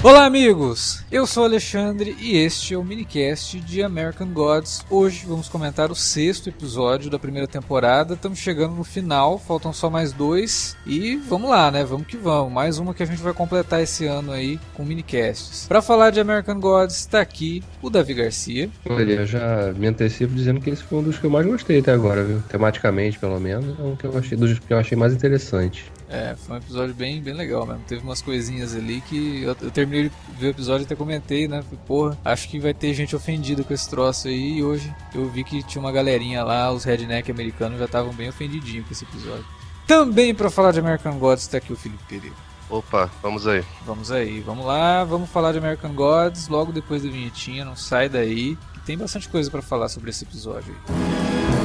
Olá amigos, eu sou o Alexandre e este é o minicast de American Gods. Hoje vamos comentar o 6º episódio da primeira temporada. Estamos chegando no final, faltam só mais 2 e vamos lá, né? Vamos que vamos. Mais uma que a gente vai completar esse ano aí com minicasts. Para falar de American Gods está aqui o Davi Garcia. Olha, eu já me antecipo dizendo que esse foi um dos que eu mais gostei até agora, viu? Tematicamente, pelo menos, é um que eu achei, dos que eu achei mais interessante. Foi um episódio bem legal mesmo. Teve umas coisinhas ali que eu terminei de ver o episódio e até comentei, né? Falei, porra, acho que vai ter gente ofendida com esse troço aí. E hoje eu vi que tinha uma galerinha lá, os redneck americanos já estavam bem ofendidinhos com esse episódio. Também pra falar de American Gods tá aqui o Felipe Pereira. Opa, vamos aí. Vamos aí, vamos lá, vamos falar de American Gods logo depois da vinhetinha, não sai daí, que tem bastante coisa pra falar sobre esse episódio aí.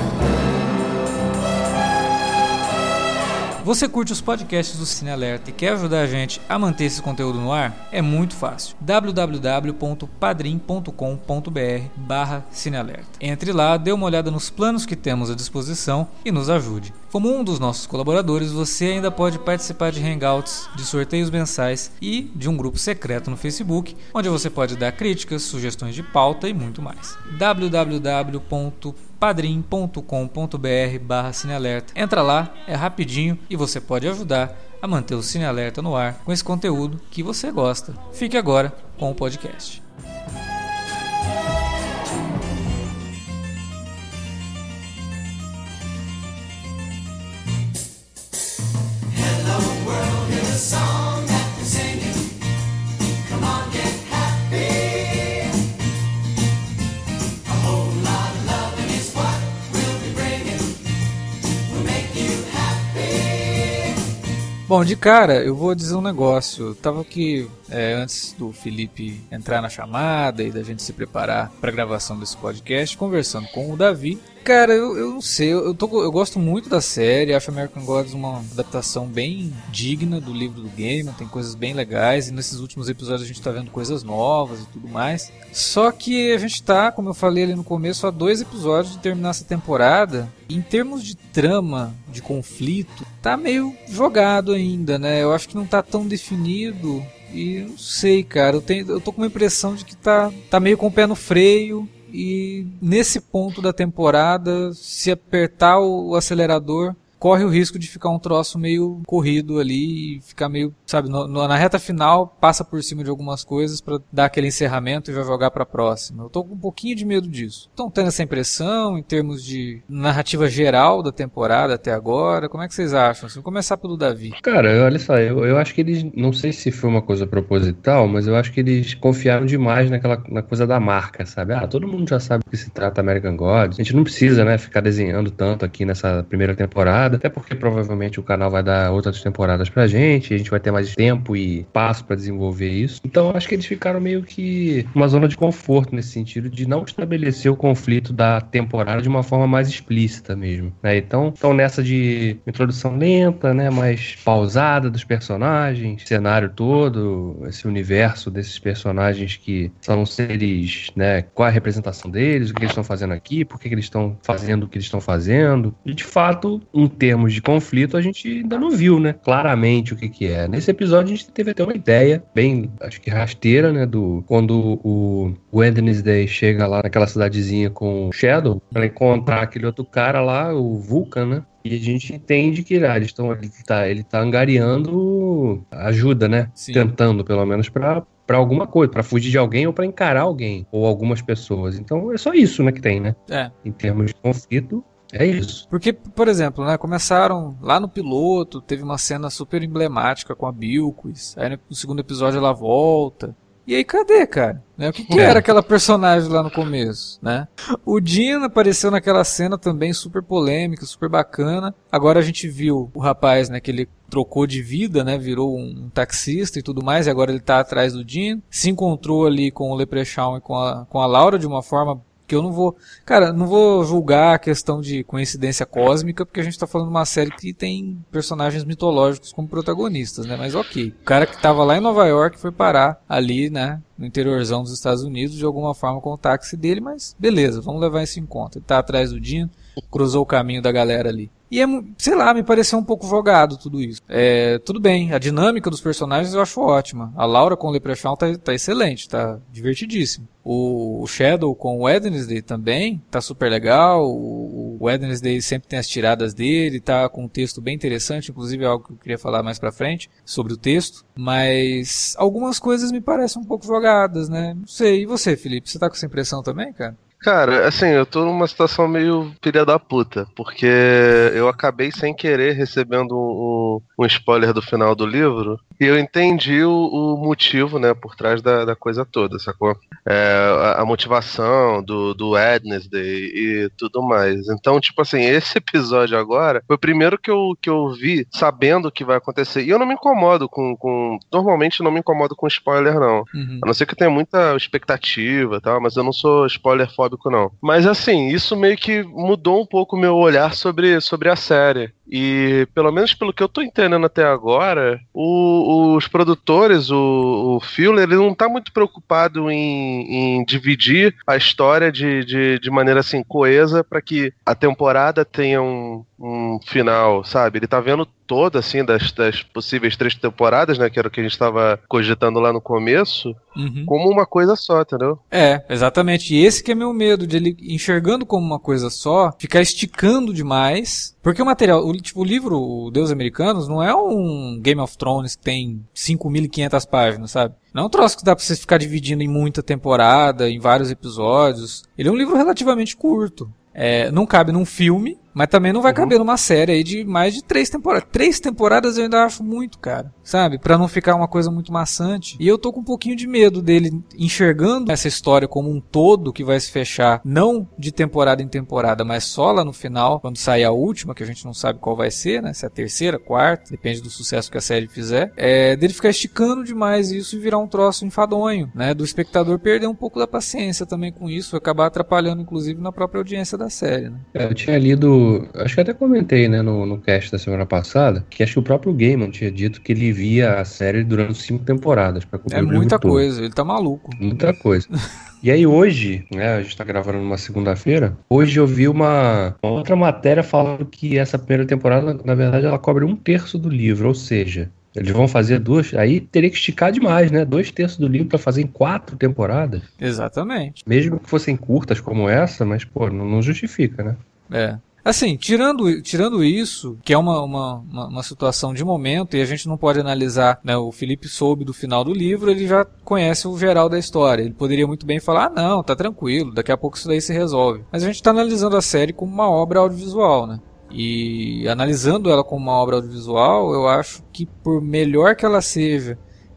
Você curte os podcasts do Cine Alerta e quer ajudar a gente a manter esse conteúdo no ar? É muito fácil. www.padrim.com.br/cinealerta. Entre lá, dê uma olhada nos planos que temos à disposição e nos ajude. Como um dos nossos colaboradores, você ainda pode participar de hangouts, de sorteios mensais e de um grupo secreto no Facebook, onde você pode dar críticas, sugestões de pauta e muito mais. www.padrim.com.br/cinealerta. Entra lá, é rapidinho e você pode ajudar a manter o Cine Alerta no ar com esse conteúdo que você gosta. Fique agora com o podcast. Bom, de cara, eu vou dizer um negócio. Eu tava aqui, antes do Felipe entrar na chamada e da gente se preparar para a gravação desse podcast, conversando com o Davi. Cara, eu não sei, eu gosto muito da série, acho American Gods uma adaptação bem digna do livro do Gaiman, tem coisas bem legais, e nesses últimos episódios a gente tá vendo coisas novas e tudo mais. Só que a gente tá, como eu falei ali no começo, a 2 episódios de terminar essa temporada. Em termos de trama, de conflito, tá meio jogado ainda, né? Eu acho que não tá tão definido. E não sei, cara, eu tô com uma impressão de que tá meio com o pé no freio. E nesse ponto da temporada, se apertar o acelerador, corre o risco de ficar um troço meio corrido ali e ficar meio, sabe, na reta final, passa por cima de algumas coisas pra dar aquele encerramento e já jogar pra próxima. Eu tô com um pouquinho de medo disso. Estão tendo essa impressão em termos de narrativa geral da temporada até agora? Como é que vocês acham? Vamos começar pelo Davi. Cara, olha só, eu acho que eles, não sei se foi uma coisa proposital, mas eu acho que eles confiaram demais na coisa da marca, sabe? Todo mundo já sabe do que se trata American Gods. A gente não precisa, né, ficar desenhando tanto aqui nessa primeira temporada. Até porque provavelmente o canal vai dar outras temporadas pra gente, a gente vai ter mais tempo e espaço pra desenvolver isso. Então acho que eles ficaram meio que uma zona de conforto nesse sentido de não estabelecer o conflito da temporada de uma forma mais explícita mesmo, né? Então estão nessa de introdução lenta, né, mais pausada dos personagens, cenário todo, esse universo desses personagens que são seres, né, qual é a representação deles, o que eles estão fazendo aqui, por que eles estão fazendo o que eles estão fazendo. E de fato, em termos de conflito, a gente ainda não viu, né, claramente o que é. Nesse episódio a gente teve até uma ideia bem, acho que rasteira, né, quando o Wednesday chega lá naquela cidadezinha com o Shadow pra encontrar aquele outro cara lá, o Vulcan, né? E a gente entende que ele tá angariando ajuda, né? Sim. Tentando, pelo menos, pra alguma coisa, pra fugir de alguém ou pra encarar alguém, ou algumas pessoas. Então é só isso, né, que tem, né? Em termos de conflito. É isso. Porque, por exemplo, né, começaram lá no piloto, teve uma cena super emblemática com a Bilquis, aí no segundo episódio ela volta. E aí, cadê, cara? Né? O que era aquela personagem lá no começo, né? O Dean apareceu naquela cena também super polêmica, super bacana. Agora a gente viu o rapaz, né, que ele trocou de vida, né, virou um taxista e tudo mais, e agora ele tá atrás do Dean. Se encontrou ali com o Leprechaun e com a Laura de uma forma que eu não vou... Cara, não vou julgar a questão de coincidência cósmica, porque a gente tá falando de uma série que tem personagens mitológicos como protagonistas, né? Mas ok. O cara que tava lá em Nova York foi parar ali, né, no interiorzão dos Estados Unidos, de alguma forma com o táxi dele, mas beleza, vamos levar isso em conta. Ele tá atrás do Dean. cruzou o caminho da galera ali. E sei lá, me pareceu um pouco jogado tudo isso. Tudo bem, a dinâmica dos personagens eu acho ótima. A Laura com o Leprechaun tá excelente, tá divertidíssimo. O Shadow com o Wednesday também tá super legal. O Wednesday sempre tem as tiradas dele, tá com um texto bem interessante, inclusive é algo que eu queria falar mais pra frente sobre o texto. Mas algumas coisas me parecem um pouco jogadas, né? Não sei, e você, Felipe? Você tá com essa impressão também, cara? Cara, assim, eu tô numa situação meio filha da puta, porque eu acabei sem querer recebendo um spoiler do final do livro, e eu entendi o motivo, né, por trás da coisa toda, sacou? A motivação do Wednesday e tudo mais. Então, tipo assim, esse episódio agora foi o primeiro que eu vi sabendo o que vai acontecer. E eu não me incomodo normalmente não me incomodo com spoiler, não. Uhum. A não ser que eu tenha muita expectativa e tal, mas eu não sou spoiler-fóbico, não. Mas assim, isso meio que mudou um pouco o meu olhar sobre a série. E pelo menos pelo que eu tô entendendo até agora, os produtores, o Phil, ele não tá muito preocupado em dividir a história de maneira assim coesa para que a temporada tenha um final, sabe? Ele tá vendo toda, assim, das possíveis 3 temporadas, né, que era o que a gente tava cogitando lá no começo, como uma coisa só, entendeu? Exatamente. E esse que é meu medo, de ele enxergando como uma coisa só, ficar esticando demais. Porque o material, o livro O Deus Americanos não é um Game of Thrones que tem 5.500 páginas, sabe? Não é um troço que dá pra você ficar dividindo em muita temporada, em vários episódios. Ele é um livro relativamente curto. Não cabe num filme, mas também não vai caber numa série aí de mais de 3 temporadas. 3 temporadas eu ainda acho muito, cara. Sabe? Pra não ficar uma coisa muito maçante. E eu tô com um pouquinho de medo dele enxergando essa história como um todo que vai se fechar, não de temporada em temporada, mas só lá no final, quando sair a última, que a gente não sabe qual vai ser, né? Se é a terceira, quarta, depende do sucesso que a série fizer. Dele ficar esticando demais isso e virar um troço enfadonho, né? Do espectador perder um pouco da paciência também com isso, acabar atrapalhando, inclusive, na própria audiência da série, né? Eu tinha lido, acho que até comentei, né, no cast da semana passada, que acho que o próprio Gaiman tinha dito que ele via a série durante 5 temporadas pra cobrir o livro muita todo. coisa, ele tá maluco. Muita coisa. E aí hoje, né, a gente tá gravando numa segunda-feira, hoje eu vi uma outra matéria falando que essa primeira temporada, na verdade, ela cobre 1/3 do livro, ou seja, eles vão fazer 2, aí teria que esticar demais, né? 2/3 do livro pra fazer em 4 temporadas. Exatamente. Mesmo que fossem curtas como essa, mas, pô, não justifica, né? Assim, tirando isso, que é uma situação de momento, e a gente não pode analisar, né, o Felipe soube do final do livro, ele já conhece o geral da história. Ele poderia muito bem falar, não, tá tranquilo, daqui a pouco isso daí se resolve. Mas a gente tá analisando a série como uma obra audiovisual, né? E analisando ela como uma obra audiovisual, eu acho que por melhor que ela seja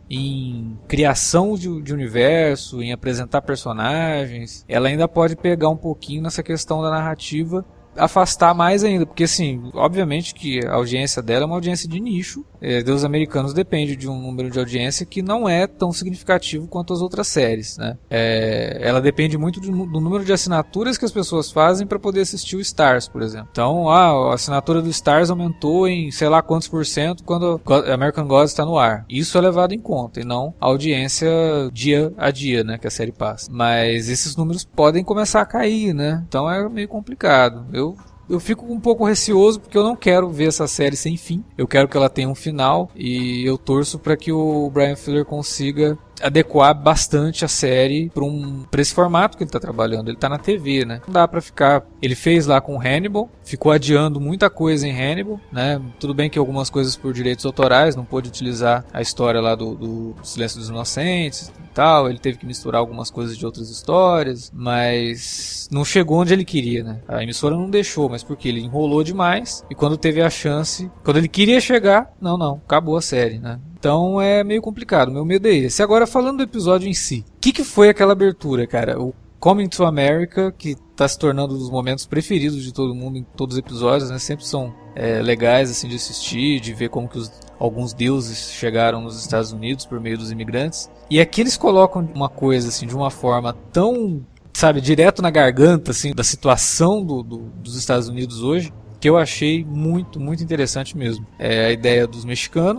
em criação de universo, em apresentar personagens, ela ainda pode pegar um pouquinho nessa questão da narrativa, afastar mais ainda, porque assim, obviamente que a audiência dela é uma audiência de nicho. Deus Americanos depende de um número de audiência que não é tão significativo quanto as outras séries, né? Ela depende muito do número de assinaturas que as pessoas fazem para poder assistir o Stars, por exemplo. Então, a assinatura do Stars aumentou em sei lá quantos % quando American Gods está no ar. Isso é levado em conta, e não a audiência dia a dia, né, que a série passa. Mas esses números podem começar a cair, né? Então é meio complicado. Eu fico um pouco receoso porque eu não quero ver essa série sem fim. Eu quero que ela tenha um final e eu torço para que o Bryan Fuller consiga adequar bastante a série para esse formato que ele está trabalhando. Ele está na TV, né? Não dá para ficar... Ele fez lá com Hannibal, ficou adiando muita coisa em Hannibal, né? Tudo bem que algumas coisas por direitos autorais, não pôde utilizar a história lá do Silêncio dos Inocentes e tal. Ele teve que misturar algumas coisas de outras histórias, mas não chegou onde ele queria, né? A emissora não deixou, mas porque ele enrolou demais e quando teve a chance, quando ele queria chegar, não, acabou a série, né? Então é meio complicado, meu medo é esse. Agora, falando do episódio em si, o que foi aquela abertura, cara? O Coming to America, que tá se tornando um dos momentos preferidos de todo mundo em todos os episódios, né? Sempre são legais assim de assistir, de ver como que alguns deuses chegaram nos Estados Unidos por meio dos imigrantes. E aqui eles colocam uma coisa assim de uma forma tão, sabe, direto na garganta assim da situação dos Estados Unidos hoje, que eu achei muito, muito interessante mesmo. A ideia dos mexicanos,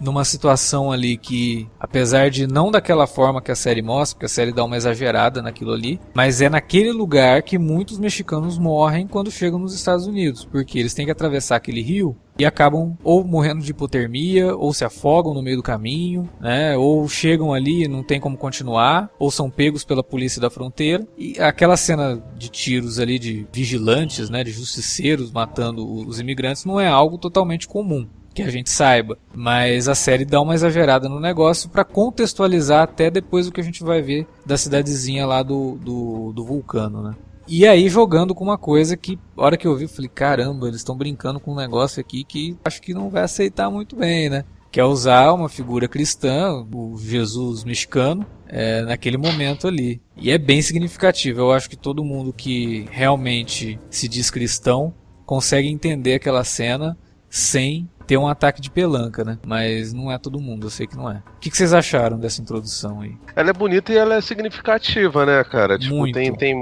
numa situação ali que, apesar de não daquela forma que a série mostra, porque a série dá uma exagerada naquilo ali, mas é naquele lugar que muitos mexicanos morrem quando chegam nos Estados Unidos, porque eles têm que atravessar aquele rio e acabam ou morrendo de hipotermia, ou se afogam no meio do caminho, né? Ou chegam ali e não tem como continuar, ou são pegos pela polícia da fronteira. E aquela cena de tiros ali de vigilantes, né? De justiceiros matando os imigrantes não é algo totalmente comum, que a gente saiba, mas a série dá uma exagerada no negócio para contextualizar até depois o que a gente vai ver da cidadezinha lá do vulcano, né? E aí jogando com uma coisa que, a hora que eu vi, eu falei, caramba, eles estão brincando com um negócio aqui que acho que não vai aceitar muito bem, né? Que é usar uma figura cristã, o Jesus mexicano, naquele momento ali. E é bem significativo, eu acho que todo mundo que realmente se diz cristão consegue entender aquela cena sem ter um ataque de pelanca, né? Mas não é todo mundo, eu sei que não é. O que vocês acharam dessa introdução aí? Ela é bonita e ela é significativa, né, cara? Tipo, Muito. tem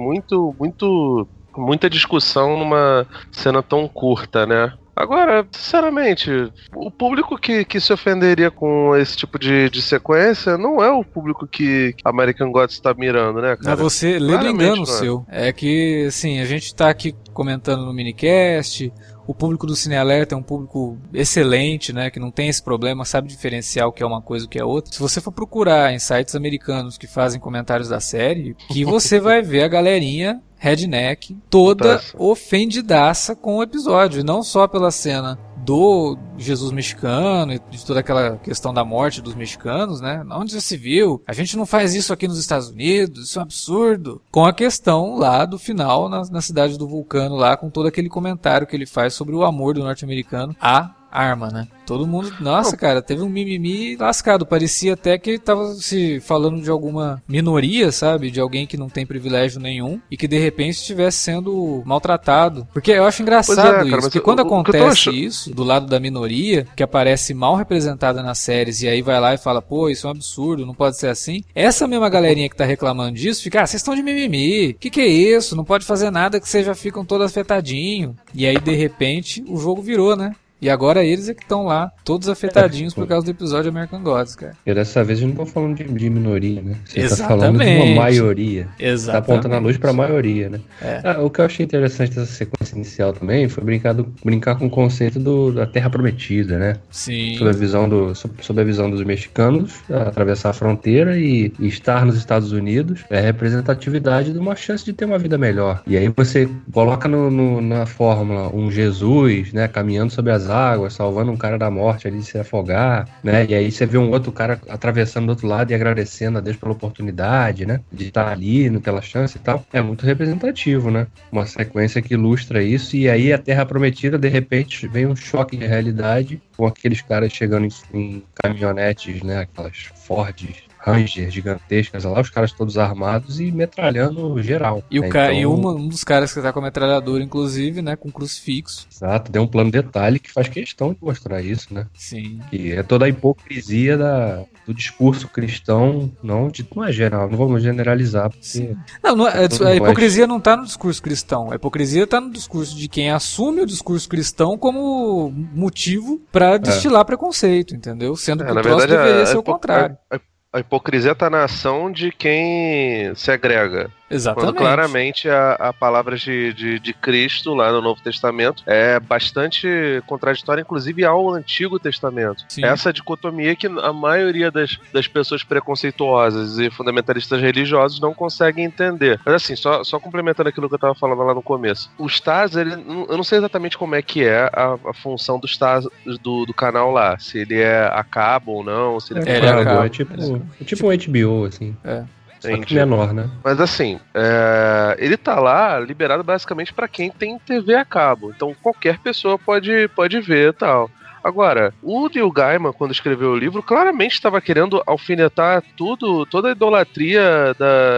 muita discussão numa cena tão curta, né? Agora, sinceramente, o público que se ofenderia com esse tipo de sequência não é o público que American Gods está mirando, né, cara? Mas você lê do engano seu. É que, assim, a gente tá aqui comentando no minicast. O público do Cine Alerta é um público excelente, né, que não tem esse problema, sabe diferenciar o que é uma coisa e o que é outra. Se você for procurar em sites americanos que fazem comentários da série, que você vai ver a galerinha redneck toda ofendidaça com o episódio, e não só pela cena do Jesus mexicano e de toda aquela questão da morte dos mexicanos, né? Onde já se viu? A gente não faz isso aqui nos Estados Unidos, isso é um absurdo. Com a questão lá do final na cidade do vulcano lá, com todo aquele comentário que ele faz sobre o amor do norte-americano à arma, né? Todo mundo, nossa, cara, teve um mimimi lascado. Parecia até que ele tava se falando de alguma minoria, sabe? De alguém que não tem privilégio nenhum e que de repente estivesse sendo maltratado. Porque eu acho engraçado isso, porque quando acontece isso do lado da minoria, que aparece mal representada nas séries e aí vai lá e fala, pô, isso é um absurdo, não pode ser assim. Essa mesma galerinha que tá reclamando disso fica, vocês estão de mimimi, que é isso? Não pode fazer nada que vocês já ficam todos afetadinhos. E aí de repente o jogo virou, né? E agora eles é que estão lá, todos afetadinhos por causa do episódio American Gods, cara. E dessa vez a gente não tá falando de minoria, né? Você Exatamente. tá falando de uma maioria. Exatamente. Tá apontando a luz pra maioria, né? O que eu achei interessante dessa sequência inicial também foi brincar com o conceito da Terra Prometida, né? Sim. Sob a visão dos mexicanos, atravessar a fronteira e estar nos Estados Unidos é a representatividade de uma chance de ter uma vida melhor. E aí você coloca na fórmula um Jesus, né, caminhando sobre as águas, salvando um cara da morte ali de se afogar, né? E aí você vê um outro cara atravessando do outro lado e agradecendo a Deus pela oportunidade, né? De estar ali, naquela chance e tal. É muito representativo, né? Uma sequência que ilustra isso, e aí a Terra Prometida, de repente, vem um choque de realidade com aqueles caras chegando em caminhonetes, né? Aquelas Fords Ranger gigantescas lá, os caras todos armados e metralhando geral. E, e um dos caras que tá com a metralhadora, inclusive, né, com crucifixo. Exato, tem um plano de detalhe que faz questão de mostrar isso, né? Sim. E é toda a hipocrisia do discurso cristão, não é geral, não vamos generalizar. Porque a hipocrisia não tá no discurso cristão, a hipocrisia tá no discurso de quem assume o discurso cristão como motivo pra destilar preconceito, entendeu? Sendo que o troço deveria ser o contrário. A hipocrisia está na ação de quem se agrega. Exatamente. Quando claramente a palavra de Cristo lá no Novo Testamento é bastante contraditória, inclusive ao Antigo Testamento. Sim. Essa dicotomia que a maioria das pessoas preconceituosas e fundamentalistas religiosos não conseguem entender. Mas assim, só complementando aquilo que eu estava falando lá no começo. O Stars, eu não sei exatamente como é que é a função do Stars do canal lá. Se ele é a cabo ou não, se ele é a cabo. É tipo um HBO, assim. Só que menor, né? Mas assim, ele tá lá liberado basicamente pra quem tem TV a cabo. Então qualquer pessoa pode ver e tal. Agora, o Neil Gaiman, quando escreveu o livro, claramente estava querendo alfinetar toda a idolatria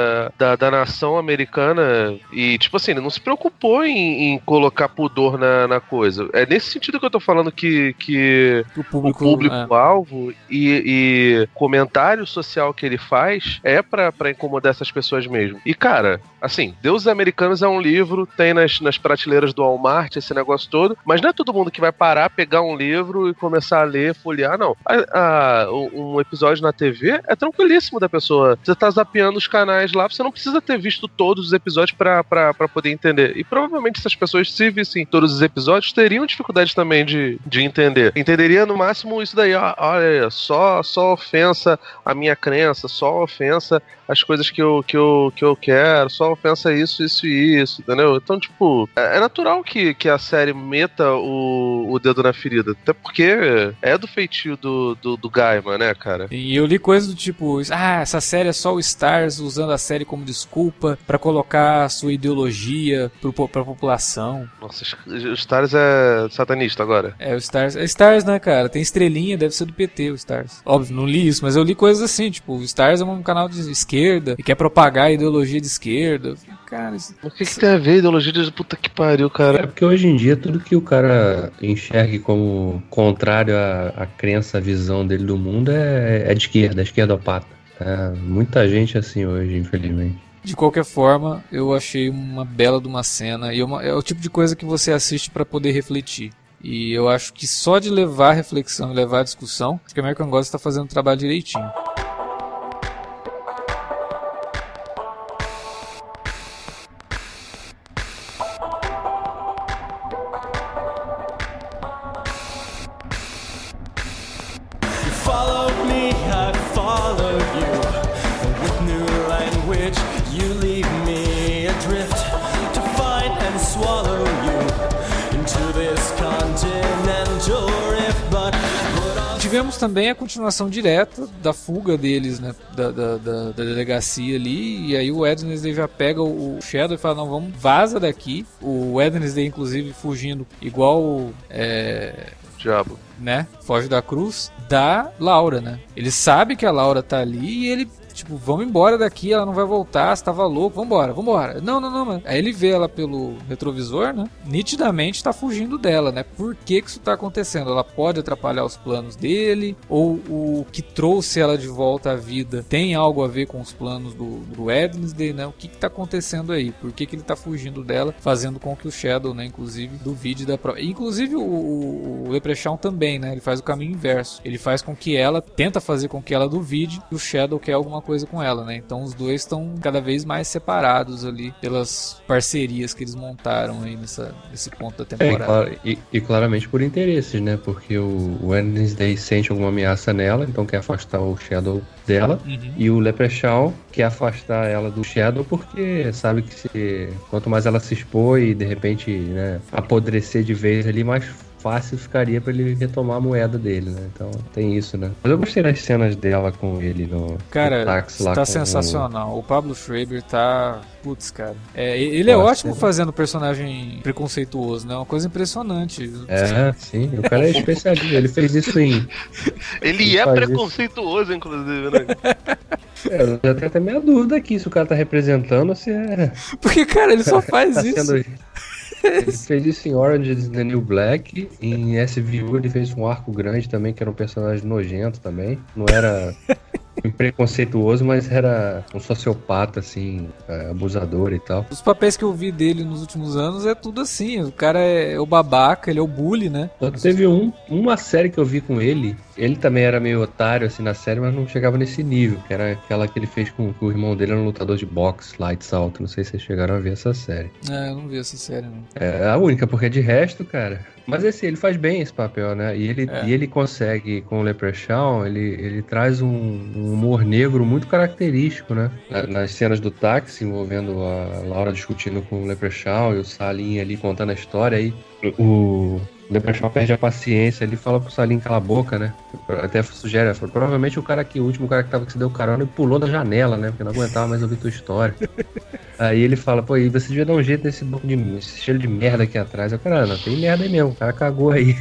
da nação americana. E, tipo assim, ele não se preocupou em colocar pudor na coisa. É nesse sentido que eu tô falando que o público-alvo e comentário social que ele faz é pra incomodar essas pessoas mesmo. E, cara, Assim, Deuses Americanos é um livro, tem nas prateleiras do Walmart, esse negócio todo, mas não é todo mundo que vai parar, pegar um livro e começar a ler, folhear, não. Um episódio na TV é tranquilíssimo da pessoa. Você tá zapeando os canais lá, você não precisa ter visto todos os episódios pra poder entender. E provavelmente essas pessoas, se vissem todos os episódios, teriam dificuldade também de entender. Entenderia no máximo isso daí, olha, só ofensa a minha crença, só ofensa as coisas que eu quero, só ofensa isso, entendeu? Então, tipo, é natural que a série meta o dedo na ferida, até porque é do feitio do Gaiman, né, cara? E eu li coisas do tipo, essa série é só o Stars usando a série como desculpa pra colocar a sua ideologia pra população. Nossa, o Stars é satanista agora. É, o Stars, né, cara? Tem estrelinha, deve ser do PT, o Stars. Óbvio, não li isso, mas eu li coisas assim, tipo, o Stars é um canal de esquerda e quer propagar a ideologia de esquerda. Cara, o que tem a ver a ideologia de puta que pariu, cara? É porque hoje em dia tudo que o cara enxergue como contrário à crença, à visão dele do mundo é de esquerda, é esquerdopata. Muita gente assim hoje, infelizmente. De qualquer forma, eu achei uma bela de uma cena e é o tipo de coisa que você assiste pra poder refletir. E eu acho que só de levar a reflexão e levar a discussão, acho que a American Gods está fazendo o trabalho direitinho. Tivemos também a continuação direta da fuga deles, né, da delegacia ali, e aí o Wednesday já pega o Shadow e fala, não, vamos, vaza daqui. O Wednesday, inclusive, fugindo igual Diabo, né, foge da cruz da Laura, né. Ele sabe que a Laura tá ali e ele, tipo, vamos embora daqui, ela não vai voltar, você tava louco, vambora. Não, mano. Aí ele vê ela pelo retrovisor, né? Nitidamente tá fugindo dela, né? Por que isso tá acontecendo? Ela pode atrapalhar os planos dele? Ou o que trouxe ela de volta à vida tem algo a ver com os planos do Wednesday, né? O que tá acontecendo aí? Por que ele tá fugindo dela, fazendo com que o Shadow, né, inclusive, duvide da prova? Inclusive o Leprechaun também, né? Ele faz o caminho inverso. Ele faz com que ela, tenta fazer com que ela duvide e o Shadow quer alguma coisa com ela, né? Então os dois estão cada vez mais separados ali pelas parcerias que eles montaram aí nesse ponto da temporada. E claramente por interesses, né? Porque o Wednesday sente alguma ameaça nela, então quer afastar o Shadow dela. Uhum. E o Leprechaun quer afastar ela do Shadow porque sabe que quanto mais ela se expor e de repente, né, apodrecer de vez ali, mais fácil ficaria pra ele retomar a moeda dele, né? Então tem isso, né? Mas eu gostei das cenas dela com ele no táxi lá. Tá sensacional. O Pablo Schreiber tá... Putz, cara. Ele é ótimo fazendo personagem preconceituoso, né? Uma coisa impressionante. Sim. O cara é especialista. Ele fez isso em... Ele é preconceituoso, inclusive, né? Eu já tenho até minha dúvida aqui se o cara tá representando ou se é... Porque, cara, ele só faz isso. Ele fez isso em Orange is the New Black. Em SVU ele fez um arco grande também, que era um personagem nojento também. Não era preconceituoso, mas era um sociopata, assim, abusador e tal. Os papéis que eu vi dele nos últimos anos é tudo assim. O cara é o babaca, ele é o bully, né? Só teve uma série que eu vi com ele. Ele também era meio otário, assim, na série, mas não chegava nesse nível. Que era aquela que ele fez com o irmão dele, era um lutador de boxe, Lights Out. Não sei se vocês chegaram a ver essa série. Eu não vi essa série, não. É a única, porque de resto, cara... Mas assim, ele faz bem esse papel, né? E ele consegue, com o Leprechaun, ele traz um humor negro muito característico, né? Nas cenas do táxi, envolvendo a Laura discutindo com o Leprechaun e o Salim ali contando a história, aí o Leprechaun perde a paciência, ele fala pro Salim calar a boca, né? Até sugere, provavelmente o último cara que tava que se deu carona, ele pulou da janela, né? Porque não aguentava mais ouvir tua história. Aí ele fala, pô, e você devia dar um jeito nesse cheiro de merda aqui atrás. Eu, cara, não, tem merda aí mesmo, o cara cagou aí.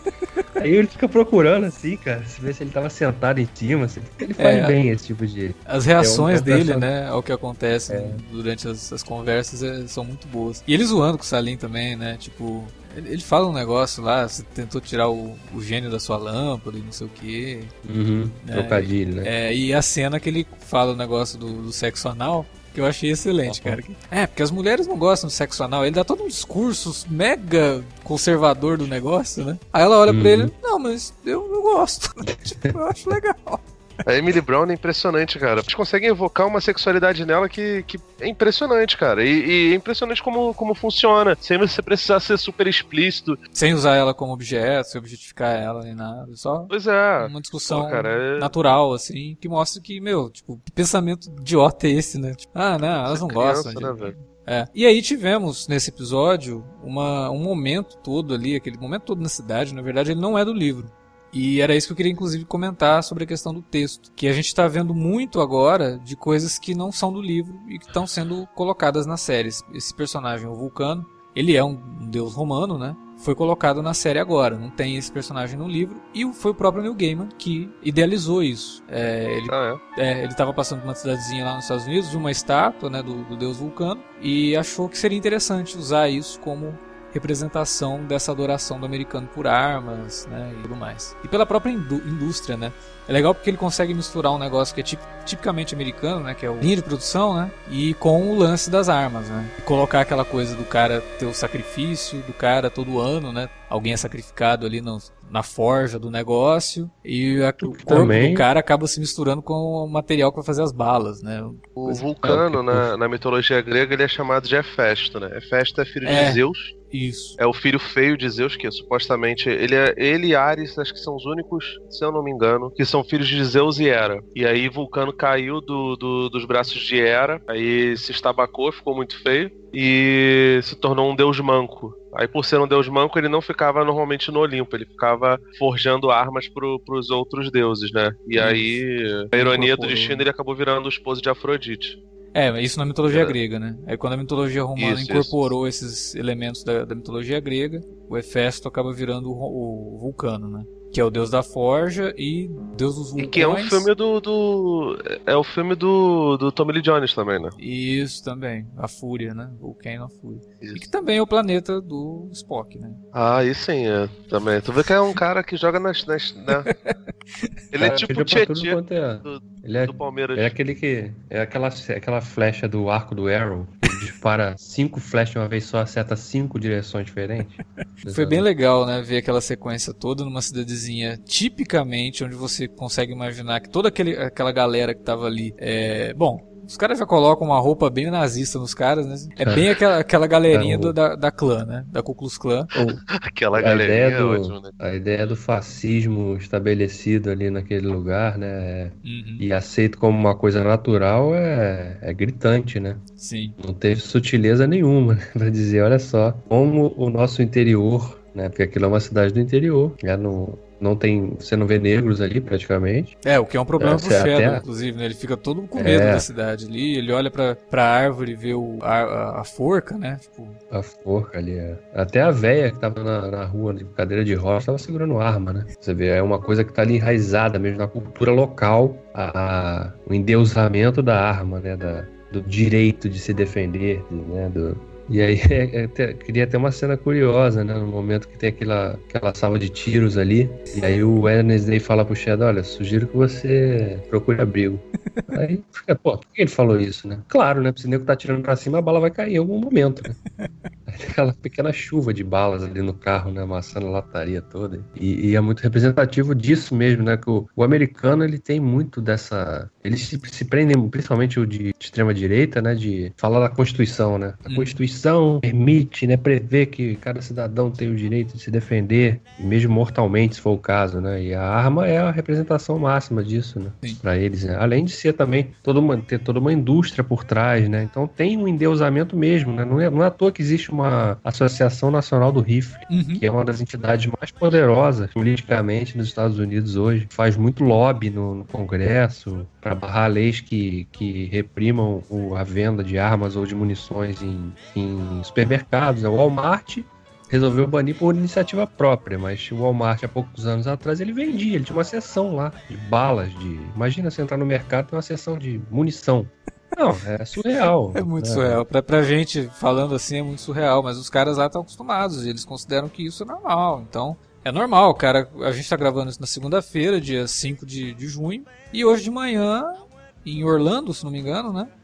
Aí ele fica procurando assim, cara, se vê se ele tava sentado em cima, assim, ele faz bem esse tipo de... As reações dele, né, ao que acontece durante as conversas são muito boas. E ele zoando com o Salim também, né, tipo... Ele fala um negócio lá, você tentou tirar o gênio da sua lâmpada e não sei o que. Trocadilho, né? E a cena que ele fala o negócio do sexo anal, Que eu achei excelente, cara. Porque as mulheres não gostam de sexo anal. Ele dá todo um discurso mega conservador do negócio, né? Aí ela olha pra ele, não, mas eu gosto. Tipo, eu acho legal. A Emily Brown é impressionante, cara. Eles conseguem evocar uma sexualidade nela que é impressionante, cara. E é impressionante como funciona. Sem você precisar ser super explícito. Sem usar ela como objeto, sem objetificar ela nem nada. Só pois é. Uma discussão cara, natural, assim, que mostra que, tipo, que pensamento idiota é esse, né? Tipo, não, elas não gostam de... Né, velho? E aí tivemos, nesse episódio, um momento todo ali, aquele momento todo na cidade, na verdade ele não é do livro. E era isso que eu queria, inclusive, comentar sobre a questão do texto. Que a gente está vendo muito agora de coisas que não são do livro e que estão sendo colocadas na série. Esse personagem, o Vulcano, ele é um deus romano, né? Foi colocado na série agora. Não tem esse personagem no livro. E foi o próprio Neil Gaiman que idealizou isso. Ele estava passando por uma cidadezinha lá nos Estados Unidos, de uma estátua, né, do deus Vulcano. E achou que seria interessante usar isso como representação dessa adoração do americano por armas, né, e tudo mais. E pela própria indústria, né? É legal porque ele consegue misturar um negócio que é tipicamente americano, né, que é o linha de produção, né, e com o lance das armas, né? E colocar aquela coisa do cara ter o sacrifício, do cara todo ano, né? Alguém é sacrificado ali na forja do negócio e o corpo do cara acaba se misturando com o material que vai fazer as balas, né? O Vulcano, na mitologia grega, ele é chamado de Hefesto, né? Hefesto é filho de Zeus. Isso. É o filho feio de Zeus, que supostamente ele e Ares, acho que são os únicos, se eu não me engano, que são filhos de Zeus e Hera. E aí Vulcano caiu dos braços de Hera, aí se estabacou, ficou muito feio e se tornou um deus manco. Aí por ser um deus manco, ele não ficava normalmente no Olimpo, ele ficava forjando armas pros outros deuses, né? E aí, a ironia do destino, ele acabou virando o esposo de Afrodite. Isso na mitologia grega, né? Aí quando a mitologia romana incorporou esses elementos da mitologia grega, o Hefesto acaba virando o Vulcano, né? Que é o deus da forja e deus dos vulcões. E que é um filme é o filme do Tommy Lee Jones também, né? Isso também, a Fúria, né? Vulcano, a Fúria. Isso. E que também é o planeta do Spock, né? Aí sim, também. Tu vê que é um cara que joga né? Ele é tipo o Tietê do Palmeiras. É aquele que... É aquela flecha do arco do Arrow. Ele dispara 5 flechas de uma vez só, acerta 5 direções diferentes. Foi bem legal, né? Ver aquela sequência toda numa cidadezinha tipicamente, onde você consegue imaginar que toda aquela galera que tava ali... Bom, os caras já colocam uma roupa bem nazista nos caras, né? É bem aquela galerinha da clã, né? Da Ku Klux Klan. Aquela galerinha é ótima, né? A ideia do fascismo estabelecido ali naquele lugar, né? E aceito como uma coisa natural é gritante, né? Sim. Não teve sutileza nenhuma, né? Pra dizer, olha só, como o nosso interior, né? Porque aquilo é uma cidade do interior, né? Não tem, você não vê negros ali praticamente. O que é um problema pro Shadow, inclusive, né? Ele fica todo com medo da cidade ali, ele olha pra árvore e vê a forca, né? Tipo... A forca ali, Até a véia que tava na rua ali, com cadeira de rocha, tava segurando arma, né? Você vê, é uma coisa que tá ali enraizada mesmo na cultura local, o endeusamento da arma, né? Do direito de se defender, né? E aí, queria ter uma cena curiosa, né? No momento que tem aquela salva de tiros ali. E aí o Wednesday fala pro Shadow, olha, sugiro que você procure abrigo. Aí fica, por que ele falou isso, né? Claro, né? Se o nego tá tirando pra cima, a bala vai cair em algum momento, né? Aí tem aquela pequena chuva de balas ali no carro, né? Amassando a lataria toda. E é muito representativo disso mesmo, né? Que o americano, ele tem muito dessa... Eles se prendem, principalmente o de extrema direita, né? De falar da Constituição, né? A Constituição permite, né, prever que cada cidadão tem o direito de se defender, mesmo mortalmente, se for o caso, né? E a arma é a representação máxima disso, né? Para eles, né? Além de ser também ter toda uma indústria por trás, né? Então tem um endeusamento mesmo, né? Não é à toa que existe uma Associação Nacional do Rifle, que é uma das entidades mais poderosas politicamente nos Estados Unidos hoje. Faz muito lobby no Congresso para barrar leis que reprimam a venda de armas ou de munições em supermercados. O Walmart resolveu banir por iniciativa própria, mas o Walmart há poucos anos atrás ele vendia, ele tinha uma seção lá de balas, imagina você entrar no mercado e tem uma seção de munição. Não, é surreal. É muito surreal. Pra gente, falando assim, é muito surreal, mas os caras lá estão acostumados, eles consideram que isso é normal, então... É normal, cara, a gente tá gravando isso na segunda-feira, dia 5 de junho, e hoje de manhã, em Orlando, se não me engano, né?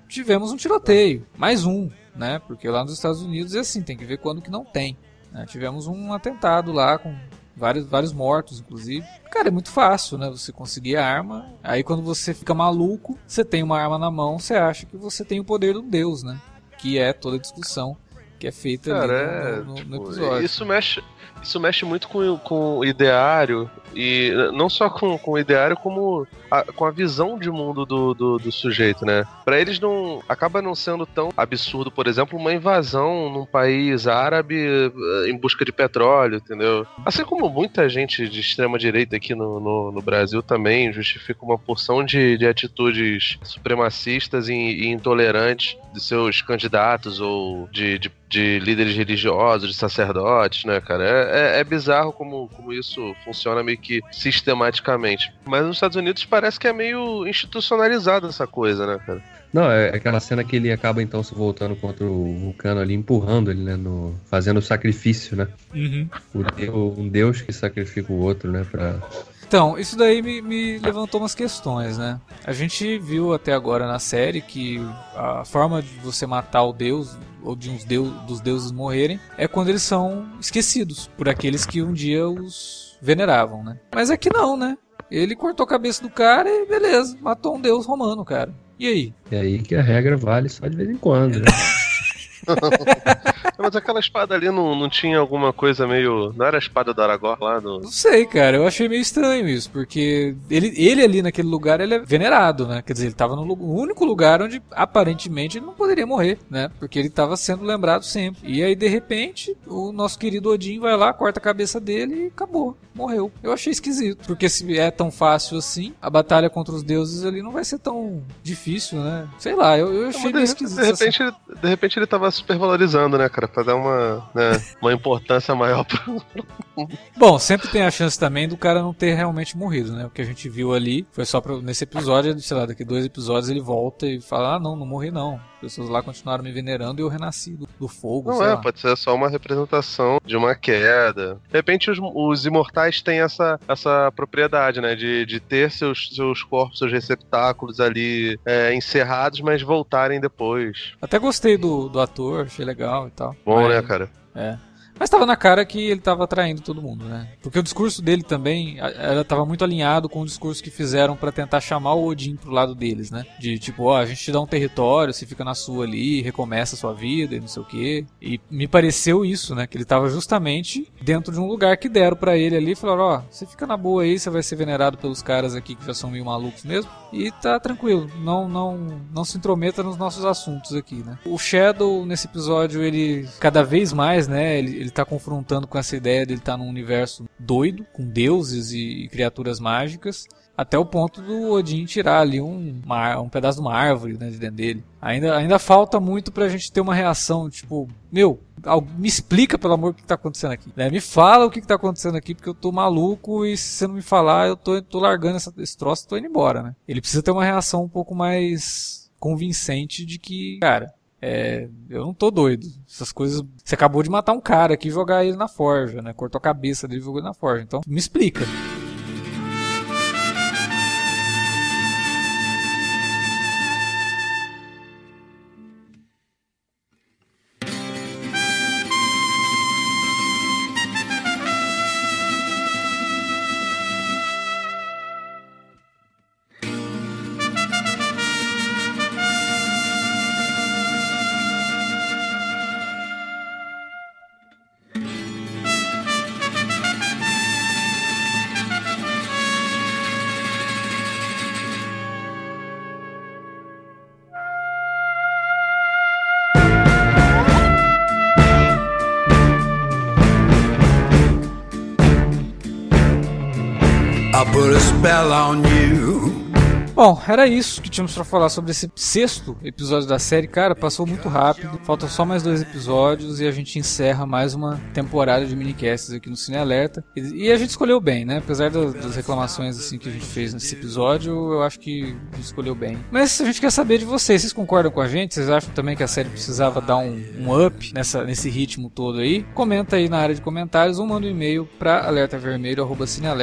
tivemos um tiroteio, mais um, né? Porque lá nos Estados Unidos é assim, tem que ver quando que não tem, né? Tivemos um atentado lá com vários mortos, inclusive. Cara, é muito fácil, né? Você conseguir a arma. Aí quando você fica maluco, você tem uma arma na mão, você acha que você tem o poder do Deus, né? Que é toda a discussão que é feita ali no episódio. Isso mexe muito com o ideário, e não só com o ideário, como com a visão de mundo do sujeito, né? Pra eles acaba não sendo tão absurdo, por exemplo, uma invasão num país árabe em busca de petróleo, entendeu? Assim como muita gente de extrema direita aqui no Brasil também justifica uma porção de atitudes supremacistas e intolerantes de seus candidatos ou de líderes religiosos, de sacerdotes, né, cara? É bizarro como isso funciona meio que sistematicamente. Mas nos Estados Unidos parece que é meio institucionalizada essa coisa, né, cara? Não, é aquela cena que ele acaba então se voltando contra o Vulcano ali, empurrando ele, né, fazendo o sacrifício, né? Uhum. Um deus que sacrifica o outro, né, Então, isso daí me levantou umas questões, né? A gente viu até agora na série que a forma de você matar o deus, ou dos deuses morrerem, é quando eles são esquecidos por aqueles que um dia os veneravam, né? Mas aqui não, né? Ele cortou a cabeça do cara e beleza, matou um deus romano, cara. E aí? É aí que a regra vale só de vez em quando, né? Mas aquela espada ali não tinha alguma coisa meio... Não era a espada do Aragorn lá? Não sei, cara. Eu achei meio estranho isso. Porque ele ali naquele lugar, ele é venerado, né? Quer dizer, ele tava no único lugar onde aparentemente ele não poderia morrer, né? Porque ele tava sendo lembrado sempre. E aí, de repente, o nosso querido Odin vai lá, corta a cabeça dele e acabou. Morreu. Eu achei esquisito. Porque se é tão fácil assim, a batalha contra os deuses ali não vai ser tão difícil, né? Sei lá, eu achei meio esquisito. De repente ele tava supervalorizando, né, cara? Pra dar uma importância maior pro... Bom, sempre tem a chance também do cara não ter realmente morrido, né? O que a gente viu ali foi só nesse episódio, sei lá, daqui 2 episódios ele volta e fala, não morri não. As pessoas lá continuaram me venerando e eu renasci do fogo, sei lá. Pode ser só uma representação de uma queda. De repente os imortais têm essa propriedade, né? De ter seus corpos, seus receptáculos ali encerrados, mas voltarem depois. Até gostei do ator, achei legal e tal. Bom, né, cara? É. Mas tava na cara que ele tava atraindo todo mundo, né? Porque o discurso dele também tava muito alinhado com o discurso que fizeram pra tentar chamar o Odin pro lado deles, né? De tipo, a gente te dá um território, você fica na sua ali, recomeça a sua vida e não sei o quê. E me pareceu isso, né? Que ele tava justamente dentro de um lugar que deram pra ele ali e falaram, você fica na boa aí, você vai ser venerado pelos caras aqui que já são meio malucos mesmo. E tá tranquilo, não se intrometa nos nossos assuntos aqui, né? O Shadow, nesse episódio, ele cada vez mais, né? Ele tá confrontando com essa ideia de ele estar num universo doido, com deuses e criaturas mágicas, até o ponto do Odin tirar ali um pedaço de uma árvore, né, de dentro dele. Ainda falta muito pra gente ter uma reação, tipo, me explica, pelo amor, o que tá acontecendo aqui. Né? Me fala o que tá acontecendo aqui, porque eu tô maluco e se você não me falar, eu tô largando esse troço e tô indo embora, né? Ele precisa ter uma reação um pouco mais convincente de que, cara... eu não tô doido. Essas coisas... Você acabou de matar um cara aqui e jogar ele na forja, né? Cortou a cabeça dele e jogou ele na forja. Então, me explica. Put a spell on you. Bom, era isso que tínhamos pra falar sobre esse 6º episódio da série. Cara, passou muito rápido. Faltam só mais 2 episódios e a gente encerra mais uma temporada de minicasts aqui no Cine Alerta. E a gente escolheu bem, né? Apesar das reclamações assim que a gente fez nesse episódio, eu acho que a gente escolheu bem. Mas a gente quer saber de vocês. Vocês concordam com a gente? Vocês acham também que a série precisava dar um up nesse ritmo todo aí? Comenta aí na área de comentários ou manda um e-mail para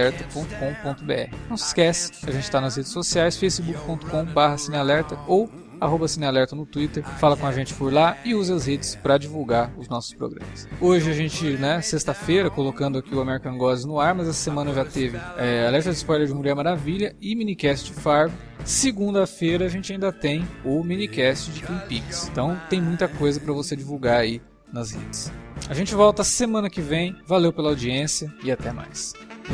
alertavermelho@cinealerta.com.br. Não se esquece, a gente tá nas redes sociais, facebook.com/cinealerta ou @cinealerta no Twitter, fala com a gente por lá e usa as redes para divulgar os nossos programas. Hoje a gente, sexta-feira, colocando aqui o American Gods no ar, mas essa semana já teve alerta de spoiler de Mulher Maravilha e minicast de Fargo. Segunda-feira a gente ainda tem o minicast de Twin Peaks, então tem muita coisa para você divulgar aí nas redes. A gente volta semana que vem, valeu pela audiência e até mais.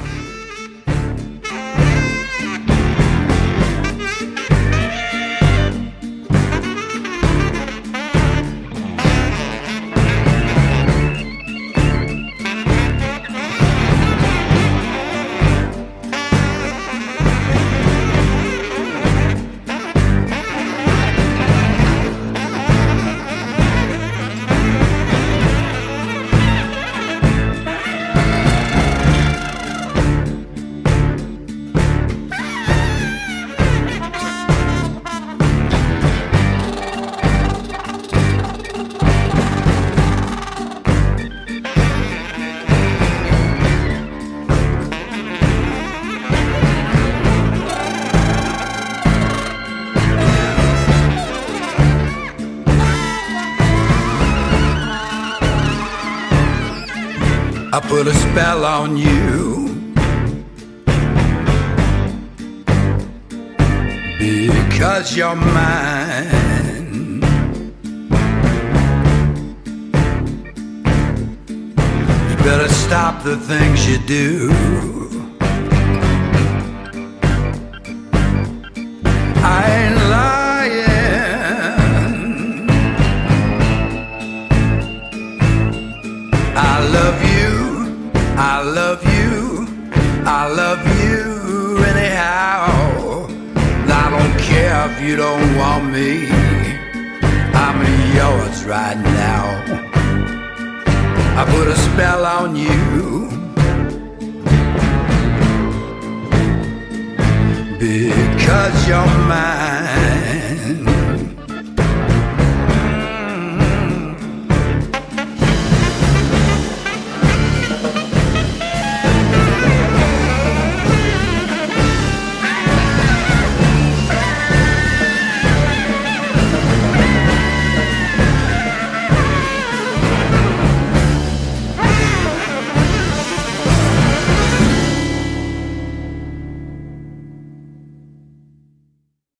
I put a spell on you because you're mine. You better stop the things you do. I ain't lying. I love you. I love you, I love you anyhow. I don't care if you don't want me, I'm yours right now. I put a spell on you because you're mine.